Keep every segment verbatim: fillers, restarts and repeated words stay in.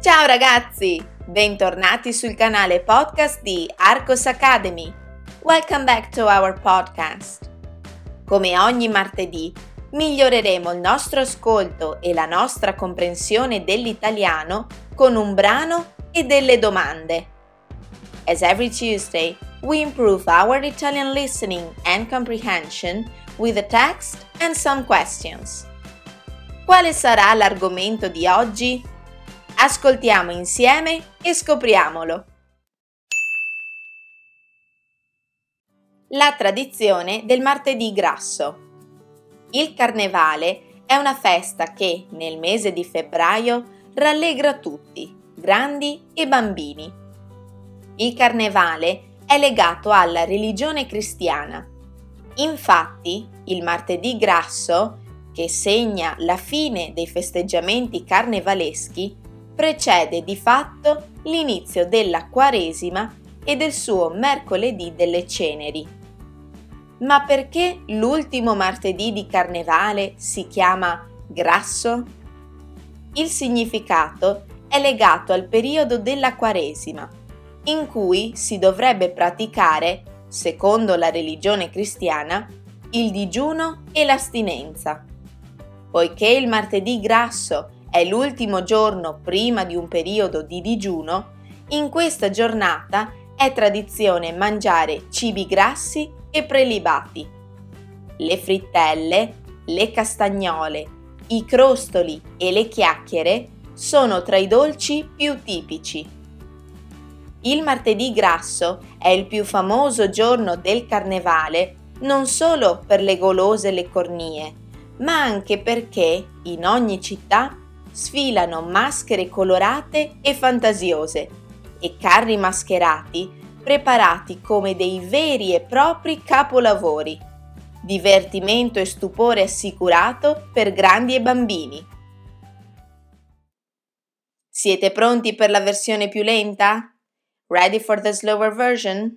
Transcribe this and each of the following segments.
Ciao ragazzi, bentornati sul canale podcast di Arcos Academy. Welcome back to our podcast. Come ogni martedì, miglioreremo il nostro ascolto e la nostra comprensione dell'italiano con un brano e delle domande. As every Tuesday, we improve our Italian listening and comprehension with a text and some questions. Quale sarà l'argomento di oggi? Ascoltiamo insieme e scopriamolo. La tradizione del martedì grasso. Il Carnevale è una festa che, nel mese di febbraio, rallegra tutti, grandi e bambini. Il Carnevale è legato alla religione cristiana. Infatti, il martedì grasso, che segna la fine dei festeggiamenti carnevaleschi, precede di fatto l'inizio della Quaresima e del suo mercoledì delle ceneri. Ma perché l'ultimo martedì di Carnevale si chiama grasso? Il significato è legato al periodo della Quaresima, in cui si dovrebbe praticare, secondo la religione cristiana, il digiuno e l'astinenza. Poiché il martedì grasso è l'ultimo giorno prima di un periodo di digiuno, in questa giornata è tradizione mangiare cibi grassi e prelibati. Le frittelle, le castagnole, i crostoli e le chiacchiere sono tra i dolci più tipici. Il martedì grasso è il più famoso giorno del Carnevale non solo per le golose e le cornie, ma anche perché in ogni città sfilano maschere colorate e fantasiose e carri mascherati preparati come dei veri e propri capolavori. Divertimento e stupore assicurato per grandi e bambini. Siete pronti per la versione più lenta? Ready for the slower version?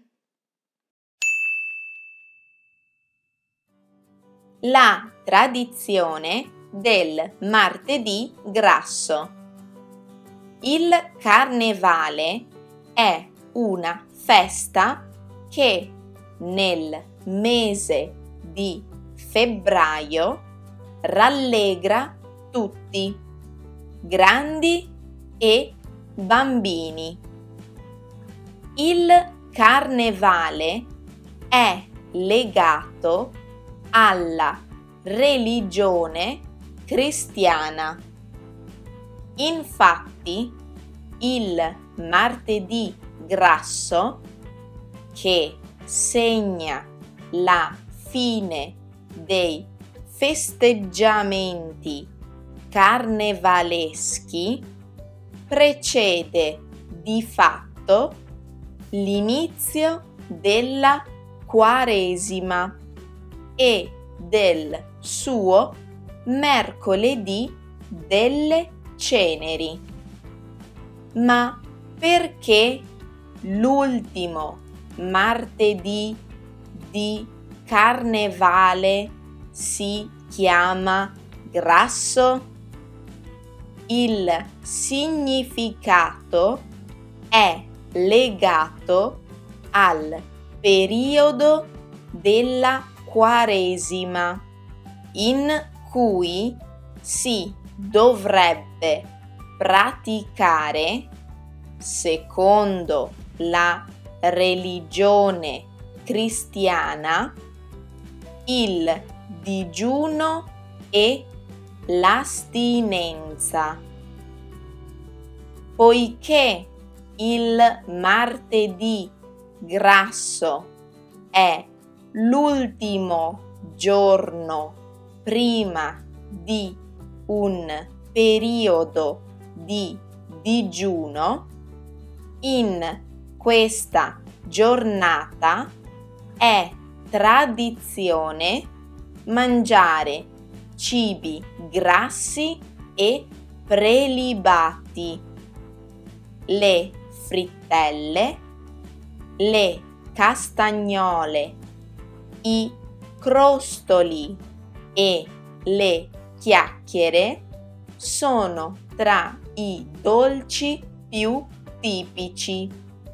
La tradizione del martedì grasso. Il Carnevale è una festa che nel mese di febbraio rallegra tutti, grandi e bambini. Il Carnevale è legato alla religione cristiana. Infatti, il martedì grasso, che segna la fine dei festeggiamenti carnevaleschi, precede di fatto l'inizio della Quaresima e del suo mercoledì delle ceneri. Ma perché l'ultimo martedì di Carnevale si chiama grasso? Il significato è legato al periodo della Quaresima, in cui si dovrebbe praticare, secondo la religione cristiana, il digiuno e l'astinenza. Poiché il martedì grasso è l'ultimo giorno prima di un periodo di digiuno, in questa giornata è tradizione mangiare cibi grassi e prelibati, le frittelle, le castagnole, i crostoli e le chiacchiere sono tra i dolci più tipici?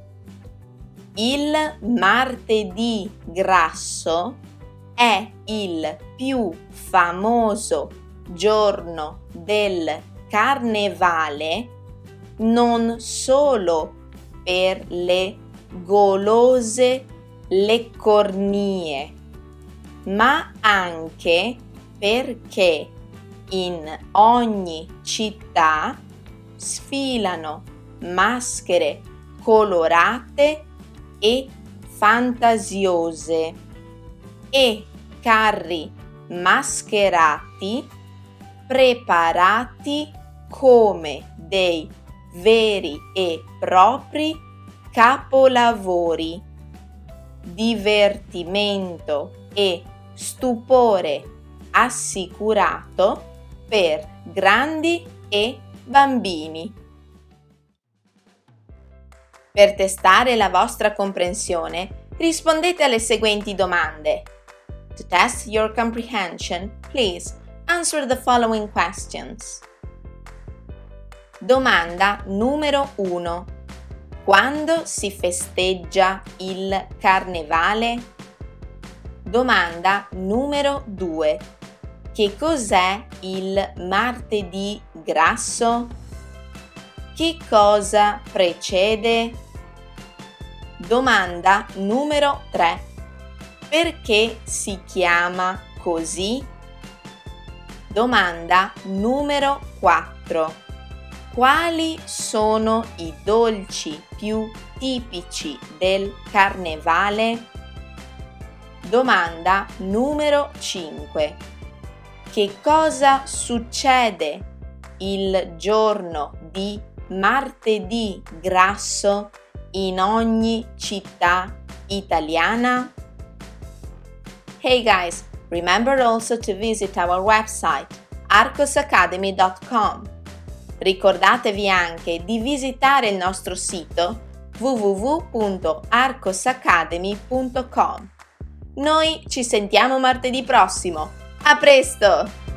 Il martedì grasso è il più famoso giorno del carnevale non solo per le golose leccornie, ma anche perché in ogni città sfilano maschere colorate e fantasiose e carri mascherati preparati come dei veri e propri capolavori, divertimento e stupore assicurato per grandi e bambini. Per testare la vostra comprensione, rispondete alle seguenti domande. To test your comprehension, please answer the following questions. Domanda numero uno. Quando si festeggia il carnevale? Domanda numero due. Che cos'è il martedì grasso? Che cosa precede? Domanda numero tre. Perché si chiama così? Domanda numero quattro. Quali sono i dolci più tipici del carnevale? Domanda numero cinque. Che cosa succede il giorno di martedì grasso in ogni città italiana? Hey guys, remember also to visit our website arcos academy dot com. Ricordatevi anche di visitare il nostro sito w w w punto arcos academy punto com. Noi ci sentiamo martedì prossimo. A presto!